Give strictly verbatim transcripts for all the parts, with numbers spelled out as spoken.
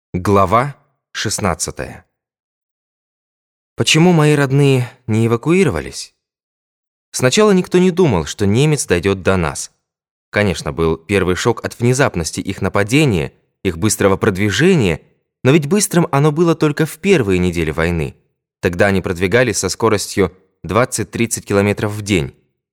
Глава шестнадцатая. Почему мои родные не эвакуировались? Сначала никто не думал, что немец дойдет до нас. Конечно, был первый шок от внезапности их нападения, их быстрого продвижения, но ведь быстрым оно было только в первые недели войны. Тогда они продвигались со скоростью двадцать-тридцать километров в день.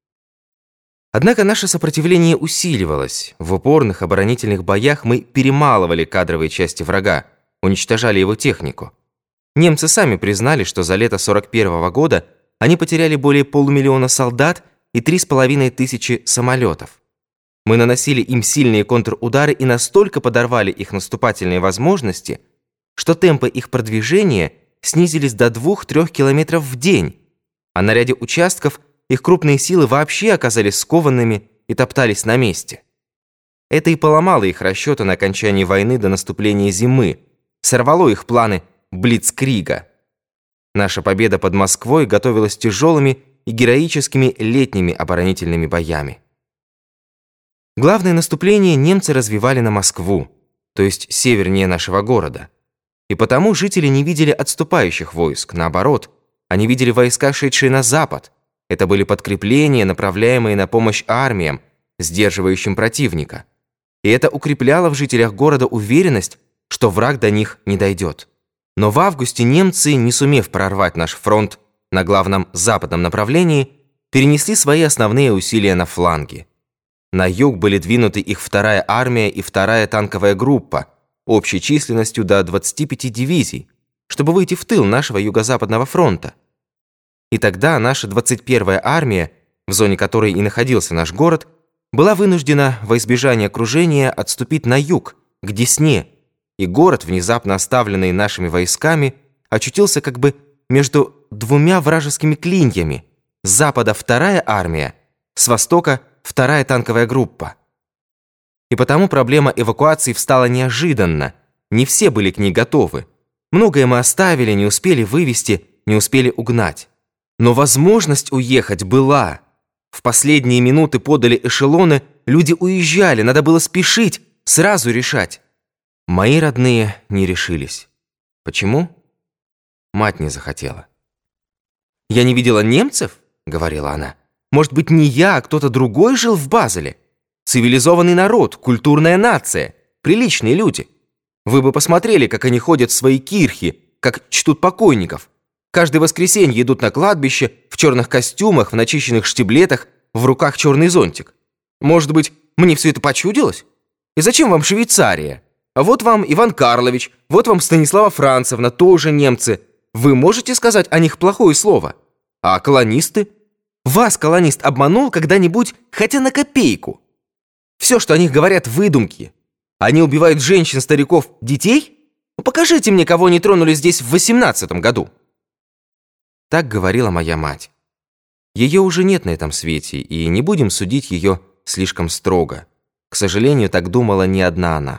Однако наше сопротивление усиливалось. В упорных оборонительных боях мы перемалывали кадровые части врага, уничтожали его технику. Немцы сами признали, что за лето сорок первого года они потеряли более полумиллиона солдат и три с половиной тысячи самолетов. Мы наносили им сильные контрудары и настолько подорвали их наступательные возможности, что темпы их продвижения снизились до двух-трёх километров в день, а на ряде участков их крупные силы вообще оказались скованными и топтались на месте. Это и поломало их расчеты на окончании войны до наступления зимы, сорвало их планы блицкрига. Наша победа под Москвой готовилась тяжелыми и героическими летними оборонительными боями. Главное наступление немцы развивали на Москву, то есть севернее нашего города. И потому жители не видели отступающих войск, наоборот, они видели войска, шедшие на запад. Это были подкрепления, направляемые на помощь армиям, сдерживающим противника. И это укрепляло в жителях города уверенность, что враг до них не дойдет. Но в августе немцы, не сумев прорвать наш фронт на главном западном направлении, перенесли свои основные усилия на фланги. На юг были двинуты их вторая армия и вторая танковая группа, общей численностью до двадцати пяти дивизий, чтобы выйти в тыл нашего юго-западного фронта. И тогда наша двадцать первая армия, в зоне которой и находился наш город, была вынуждена во избежание окружения отступить на юг, к Десне, и город, внезапно оставленный нашими войсками, очутился как бы между двумя вражескими клиньями: с запада вторая армия, с востока вторая танковая группа. И потому проблема эвакуации встала неожиданно, не все были к ней готовы. Многое мы оставили, не успели вывести, не успели угнать. Но возможность уехать была. В последние минуты подали эшелоны, люди уезжали, надо было спешить, сразу решать. Мои родные не решились. Почему? Мать не захотела. «Я не видела немцев?» — говорила она. «Может быть, не я, а кто-то другой жил в Базеле? Цивилизованный народ, культурная нация, приличные люди. Вы бы посмотрели, как они ходят в свои кирхи, как чтут покойников. Каждое воскресенье идут на кладбище в черных костюмах, в начищенных штиблетах, в руках черный зонтик. Может быть, мне все это почудилось? И зачем вам Швейцария? А вот вам Иван Карлович, вот вам Станислава Францевна, тоже немцы. Вы можете сказать о них плохое слово? А колонисты? Вас колонист обманул когда-нибудь хотя на копейку? Все, что о них говорят, выдумки. Они убивают женщин, стариков, детей? Ну, покажите мне, кого они тронули здесь в восемнадцатом году». Так говорила моя мать. Ее уже нет на этом свете, и не будем судить ее слишком строго. К сожалению, так думала не одна она.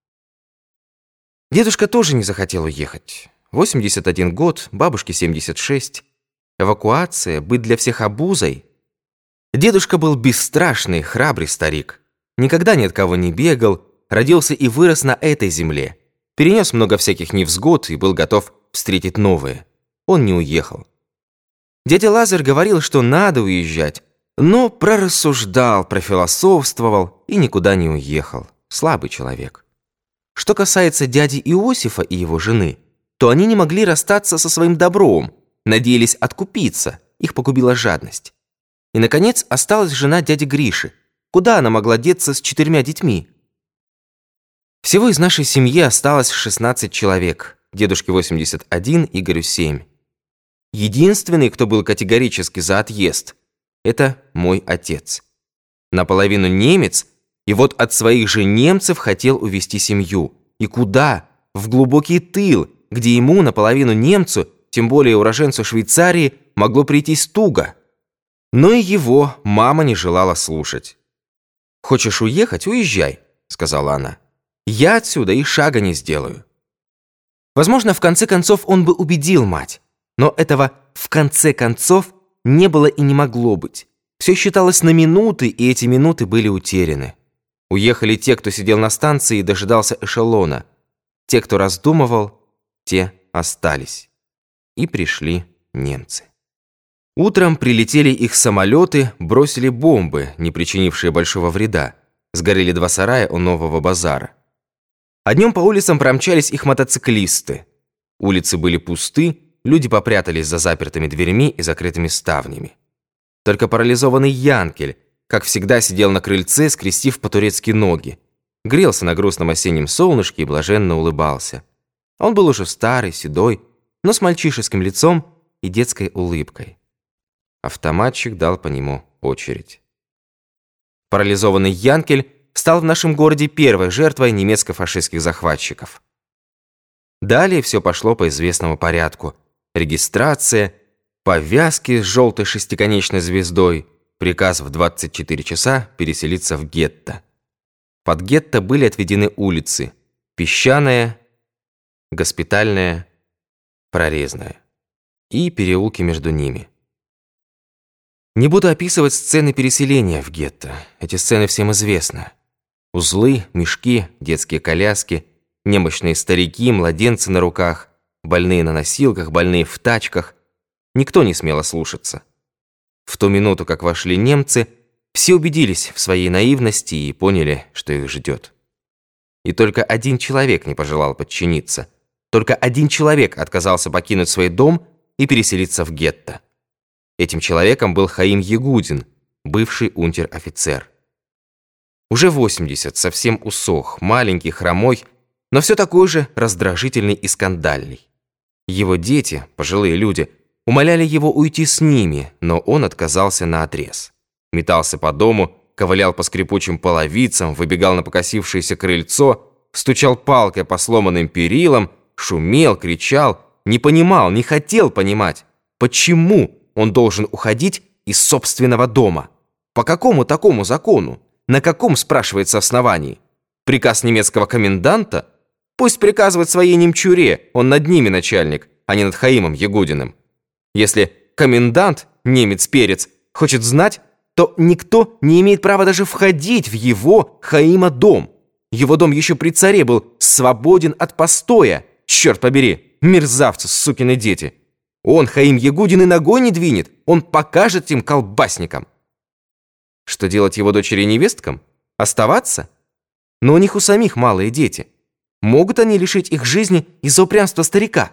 Дедушка тоже не захотел уехать. восемьдесят один год, бабушке семьдесят шесть. Эвакуация, быть для всех обузой. Дедушка был бесстрашный, храбрый старик. Никогда ни от кого не бегал, родился и вырос на этой земле. Перенес много всяких невзгод и был готов встретить новые. Он не уехал. Дядя Лазарь говорил, что надо уезжать, но прорассуждал, профилософствовал и никуда не уехал. Слабый человек. Что касается дяди Иосифа и его жены, то они не могли расстаться со своим добром, надеялись откупиться, их погубила жадность. И, наконец, осталась жена дяди Гриши. Куда она могла деться с четырьмя детьми? Всего из нашей семьи осталось шестнадцать человек. Дедушке восемьдесят один, Игорю семь. Единственный, кто был категорически за отъезд, это мой отец. Наполовину немец, и вот от своих же немцев хотел увезти семью. И куда? В глубокий тыл, где ему, наполовину немцу, тем более уроженцу Швейцарии, могло прийтись туго. Но и его мама не желала слушать. «Хочешь уехать? Уезжай», — сказала она. «Я отсюда и шага не сделаю». Возможно, в конце концов он бы убедил мать. Но этого «в конце концов» не было и не могло быть. Все считалось на минуты, и эти минуты были утеряны. Уехали те, кто сидел на станции и дожидался эшелона. Те, кто раздумывал, те остались. И пришли немцы. Утром прилетели их самолеты, бросили бомбы, не причинившие большого вреда. Сгорели два сарая у Нового базара. А днем по улицам промчались их мотоциклисты. Улицы были пусты, люди попрятались за запертыми дверьми и закрытыми ставнями. Только парализованный Янкель, как всегда, сидел на крыльце, скрестив по-турецки ноги. Грелся на грустном осеннем солнышке и блаженно улыбался. Он был уже старый, седой, но с мальчишеским лицом и детской улыбкой. Автоматчик дал по нему очередь. Парализованный Янкель стал в нашем городе первой жертвой немецко-фашистских захватчиков. Далее все пошло по известному порядку. Регистрация, повязки с желтой шестиконечной звездой, приказ в двадцать четыре часа переселиться в гетто. Под гетто были отведены улицы: Песчаная, Госпитальная, Прорезная и переулки между ними. Не буду описывать сцены переселения в гетто. Эти сцены всем известны. Узлы, мешки, детские коляски, немощные старики, младенцы на руках, больные на носилках, больные в тачках. Никто не смело слушаться. В ту минуту, как вошли немцы, все убедились в своей наивности и поняли, что их ждет. И только один человек не пожелал подчиниться. Только один человек отказался покинуть свой дом и переселиться в гетто. Этим человеком был Хаим Ягудин, бывший унтер-офицер. Уже восемьдесят, совсем усох, маленький, хромой, но все такой же раздражительный и скандальный. Его дети, пожилые люди, умоляли его уйти с ними, но он отказался наотрез. Метался по дому, ковылял по скрипучим половицам, выбегал на покосившееся крыльцо, стучал палкой по сломанным перилам, шумел, кричал, не понимал, не хотел понимать, почему он должен уходить из собственного дома. По какому такому закону? На каком, спрашивается, основании? Приказ немецкого коменданта? Пусть приказывает своей немчуре, он над ними начальник, а не над Хаимом Ягудиным. Если комендант, немец-перец, хочет знать, то никто не имеет права даже входить в его, Хаима, дом. Его дом еще при царе был свободен от постоя. Черт побери, мерзавцы, сукины дети. Он, Хаим Ягудин, и ногой не двинет. Он покажет им колбасникам. Что делать его дочери и невесткам? Оставаться? Но у них у самих малые дети. Могут они лишить их жизни из-за упрямства старика?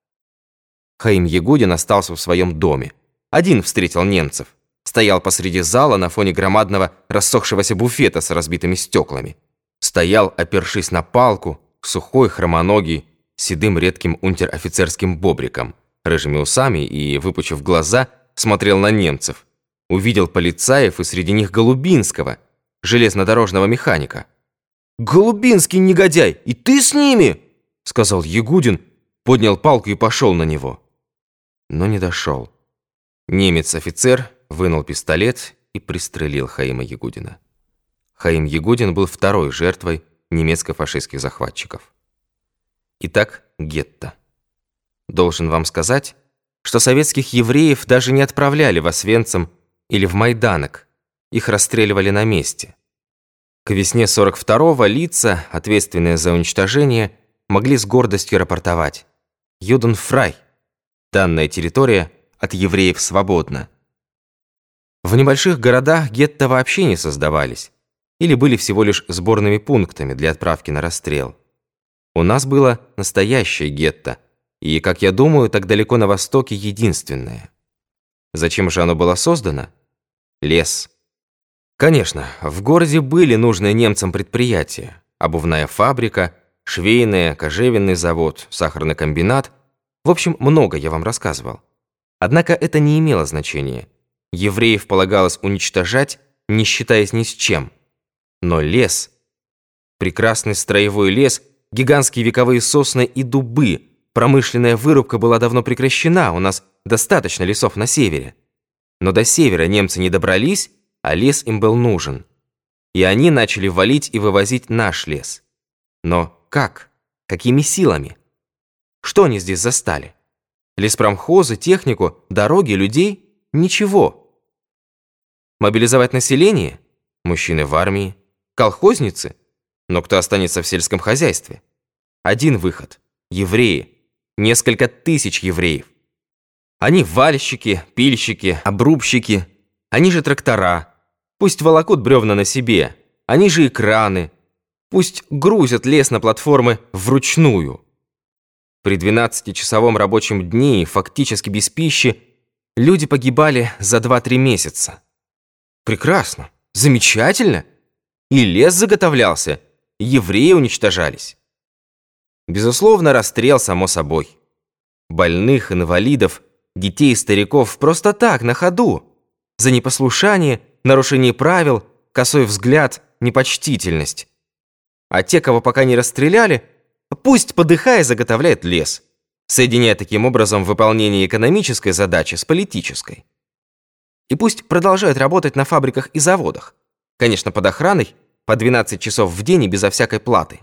Хаим Ягудин остался в своем доме. Один встретил немцев. Стоял посреди зала на фоне громадного рассохшегося буфета с разбитыми стеклами. Стоял, опершись на палку, сухой, хромоногий, седым редким унтер-офицерским бобриком, рыжими усами и, выпучив глаза, смотрел на немцев. Увидел полицаев и среди них Голубинского, железнодорожного механика. «Голубинский негодяй, и ты с ними?» — сказал Ягудин, поднял палку и пошел на него. Но не дошел. Немец-офицер вынул пистолет и пристрелил Хаима Ягудина. Хаим Ягудин был второй жертвой немецко-фашистских захватчиков. Итак, гетто. Должен вам сказать, что советских евреев даже не отправляли в Освенцим или в Майданок. Их расстреливали на месте. К весне сорок второго лица, ответственные за уничтожение, могли с гордостью рапортовать: «Юденфрай! Данная территория от евреев свободна». В небольших городах гетто вообще не создавались или были всего лишь сборными пунктами для отправки на расстрел. У нас было настоящее гетто, и, как я думаю, так далеко на востоке единственное. Зачем же оно было создано? Лес. Конечно, в городе были нужные немцам предприятия: обувная фабрика, швейная, кожевенный завод, сахарный комбинат. В общем, много я вам рассказывал. Однако это не имело значения. Евреев полагалось уничтожать, не считаясь ни с чем. Но лес, прекрасный строевой лес, гигантские вековые сосны и дубы, промышленная вырубка была давно прекращена, у нас достаточно лесов на севере. Но до севера немцы не добрались, а лес им был нужен. И они начали валить и вывозить наш лес. Но как? Какими силами? Что они здесь застали? Леспромхозы, технику, дороги, людей? Ничего. Мобилизовать население? Мужчины в армии. Колхозницы? Но кто останется в сельском хозяйстве? один выход – евреи. Несколько тысяч евреев. Они вальщики, пильщики, обрубщики, они же трактора. Пусть волокут бревна на себе, они же и краны. Пусть грузят лес на платформы вручную. При двенадцатичасовом рабочем дне и фактически без пищи люди погибали за два-три месяца. Прекрасно, замечательно. И лес заготовлялся, и евреи уничтожались. Безусловно, расстрел, само собой. Больных, инвалидов, детей и стариков просто так, на ходу. За непослушание, нарушение правил, косой взгляд, непочтительность. А те, кого пока не расстреляли, пусть, подыхая, заготовляет лес, соединяя таким образом выполнение экономической задачи с политической. И пусть продолжают работать на фабриках и заводах, конечно, под охраной, по двенадцать часов в день и безо всякой платы.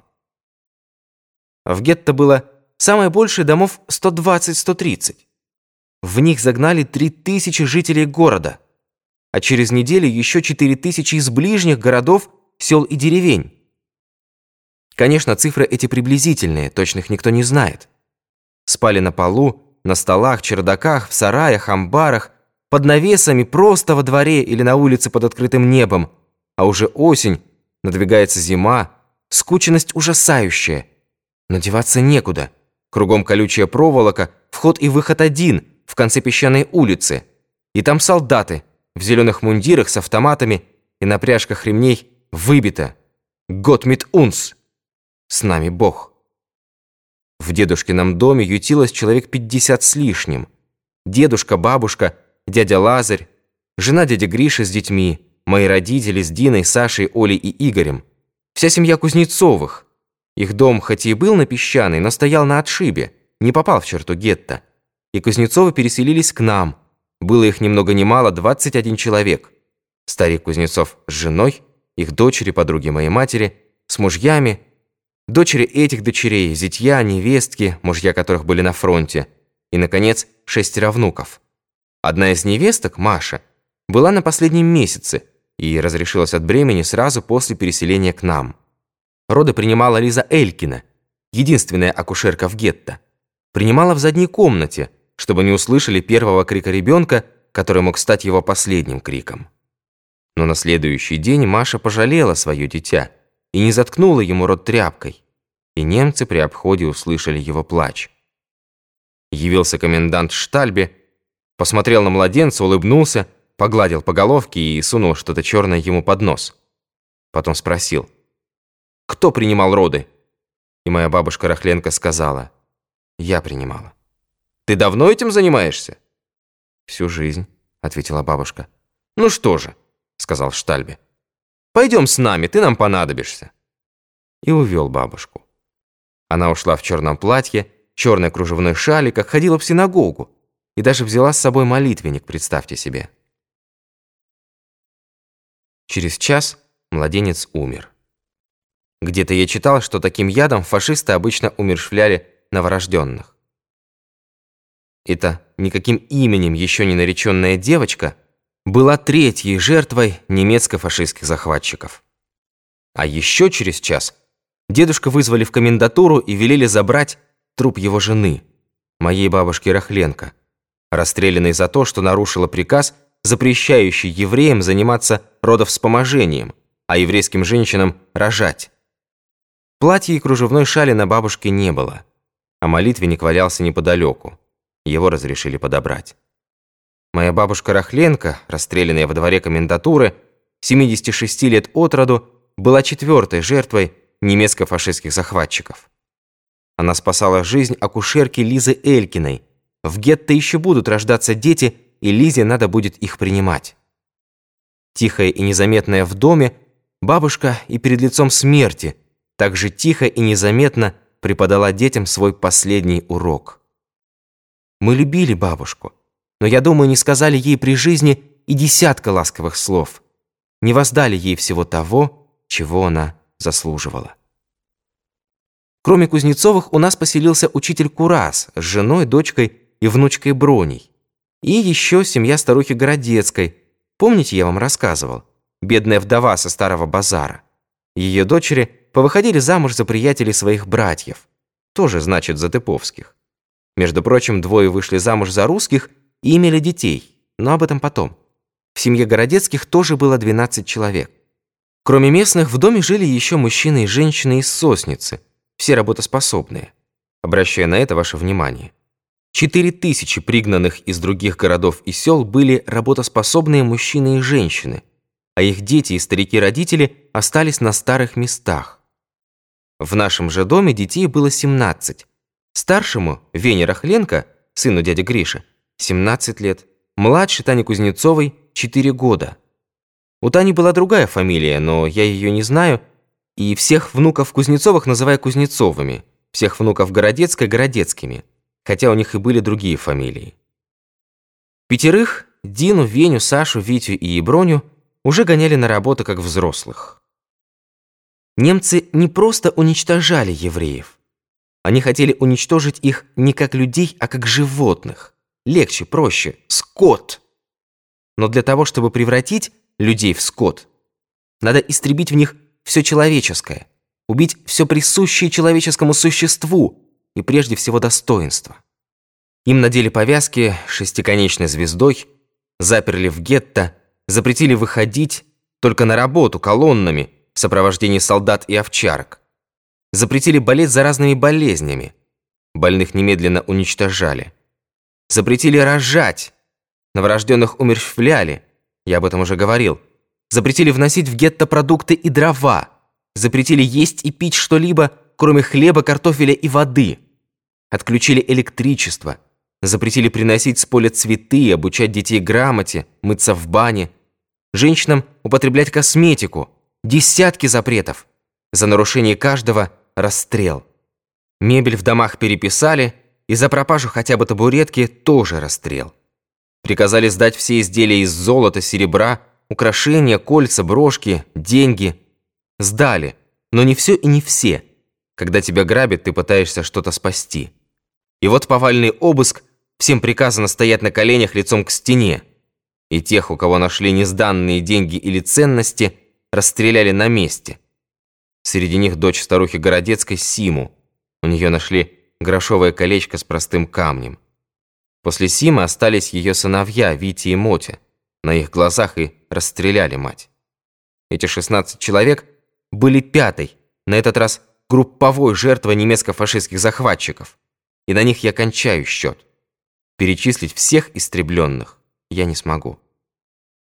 В гетто было самое большее домов сто двадцать — сто тридцать. В них загнали три тысячи жителей города, а через неделю еще четыре тысячи из ближних городов, сел и деревень. Конечно, цифры эти приблизительные, точных никто не знает. Спали на полу, на столах, чердаках, в сараях, амбарах, под навесами, просто во дворе или на улице под открытым небом. А уже осень, надвигается зима, скученность ужасающая. Но деваться некуда. Кругом колючая проволока, вход и выход один, в конце песчаной улицы. И там солдаты, в зеленых мундирах с автоматами и на пряжках ремней выбито «Гott mit uns» — «С нами Бог». В дедушкином доме ютилось человек пятьдесят с лишним. Дедушка, бабушка, дядя Лазарь, жена дяди Гриши с детьми, мои родители с Диной, Сашей, Олей и Игорем. Вся семья Кузнецовых. Их дом хоть и был на Песчаной, но стоял на отшибе, не попал в черту гетто. И Кузнецовы переселились к нам. Было их ни много ни мало двадцать один человек. Старик Кузнецов с женой, их дочери, подруги моей матери, с мужьями, дочери этих дочерей, зятья, невестки, мужья которых были на фронте, и, наконец, шестеро внуков. Одна из невесток, Маша, была на последнем месяце и разрешилась от бремени сразу после переселения к нам. Роды принимала Лиза Элькина, единственная акушерка в гетто. Принимала в задней комнате, чтобы не услышали первого крика ребенка, который мог стать его последним криком. Но на следующий день Маша пожалела свое дитя и не заткнула ему рот тряпкой, и немцы при обходе услышали его плач. Явился комендант Штальбе, посмотрел на младенца, улыбнулся, погладил по головке и сунул что-то черное ему под нос. Потом спросил: «Кто принимал роды?» И моя бабушка Рахленко сказала: «Я принимала». «Ты давно этим занимаешься?» «Всю жизнь», — ответила бабушка. «Ну что же», — сказал Штальбе, «пойдем с нами, ты нам понадобишься». И увел бабушку. Она ушла в черном платье, черной кружевной шали, как ходила в синагогу, и даже взяла с собой молитвенник, представьте себе. Через час младенец умер. Где-то я читал, что таким ядом фашисты обычно умерщвляли новорожденных. Эта никаким именем еще не нареченная девочка была третьей жертвой немецко-фашистских захватчиков. А еще через час дедушка вызвали в комендатуру и велели забрать труп его жены, моей бабушки Рахленко, расстрелянной за то, что нарушила приказ, запрещающий евреям заниматься родовспоможением, а еврейским женщинам рожать. Платья и кружевной шали на бабушке не было, а молитвенник валялся неподалеку. Его разрешили подобрать. Моя бабушка Рахленко, расстрелянная во дворе комендатуры, семидесяти шести лет от роду, была четвертой жертвой немецко-фашистских захватчиков. Она спасала жизнь акушерки Лизы Элькиной. В гетто еще будут рождаться дети, и Лизе надо будет их принимать. Тихая и незаметная в доме, бабушка и перед лицом смерти так же тихо и незаметно преподала детям свой последний урок. Мы любили бабушку, но, я думаю, не сказали ей при жизни и десятка ласковых слов, не воздали ей всего того, чего она заслуживала. Кроме Кузнецовых, у нас поселился учитель Курас с женой, дочкой и внучкой Броней. И еще семья старухи Городецкой. Помните, я вам рассказывал? Бедная вдова со старого базара. Ее дочери повыходили замуж за приятелей своих братьев. тоже значит Затыповских. Между прочим, двое вышли замуж за русских и имели детей, но об этом потом. В семье Городецких тоже было двенадцать человек. Кроме местных, в доме жили еще мужчины и женщины из Сосницы, все работоспособные. Обращаю на это ваше внимание. Четыре тысячи пригнанных из других городов и сел были работоспособные мужчины и женщины, а их дети и старики-родители остались на старых местах. В нашем же доме детей было семнадцать. Старшему, Вене Рахленко, сыну дяди Гриши, семнадцать лет, младшей Тане Кузнецовой четыре года. У Тани была другая фамилия, но я ее не знаю, и всех внуков Кузнецовых называю Кузнецовыми, всех внуков Городецкой – Городецкими, хотя у них и были другие фамилии. Пятерых – Дину, Веню, Сашу, Витю и Броню – уже гоняли на работу как взрослых. Немцы не просто уничтожали евреев. Они хотели уничтожить их не как людей, а как животных. Легче, проще – скот. Но для того, чтобы превратить людей в скот, надо истребить в них все человеческое, убить все присущее человеческому существу и прежде всего достоинство. Им надели повязки шестиконечной звездой, заперли в гетто, запретили выходить только на работу колоннами в сопровождении солдат и овчарок. Запретили болеть заразными болезнями. Больных немедленно уничтожали. Запретили рожать. Новорожденных умерщвляли. Я об этом уже говорил. Запретили вносить в гетто продукты и дрова. Запретили есть и пить что-либо, кроме хлеба, картофеля и воды. Отключили электричество. Запретили приносить с поля цветы, обучать детей грамоте, мыться в бане. Женщинам употреблять косметику. Десятки запретов. За нарушение каждого расстрел. Мебель в домах переписали, и за пропажу хотя бы табуретки тоже расстрел. Приказали сдать все изделия из золота, серебра, украшения, кольца, брошки, деньги. Сдали, но не все и не все. Когда тебя грабят, ты пытаешься что-то спасти. И вот повальный обыск, всем приказано стоять на коленях лицом к стене. И тех, у кого нашли несданные деньги или ценности, расстреляли на месте. Среди них дочь старухи Городецкой Симу. У нее нашли грошовое колечко с простым камнем. После Симы остались ее сыновья Витя и Мотя. На их глазах и расстреляли мать. Эти шестнадцать человек были пятой, на этот раз групповой жертвой немецко-фашистских захватчиков. И на них я кончаю счет. Перечислить всех истребленных я не смогу.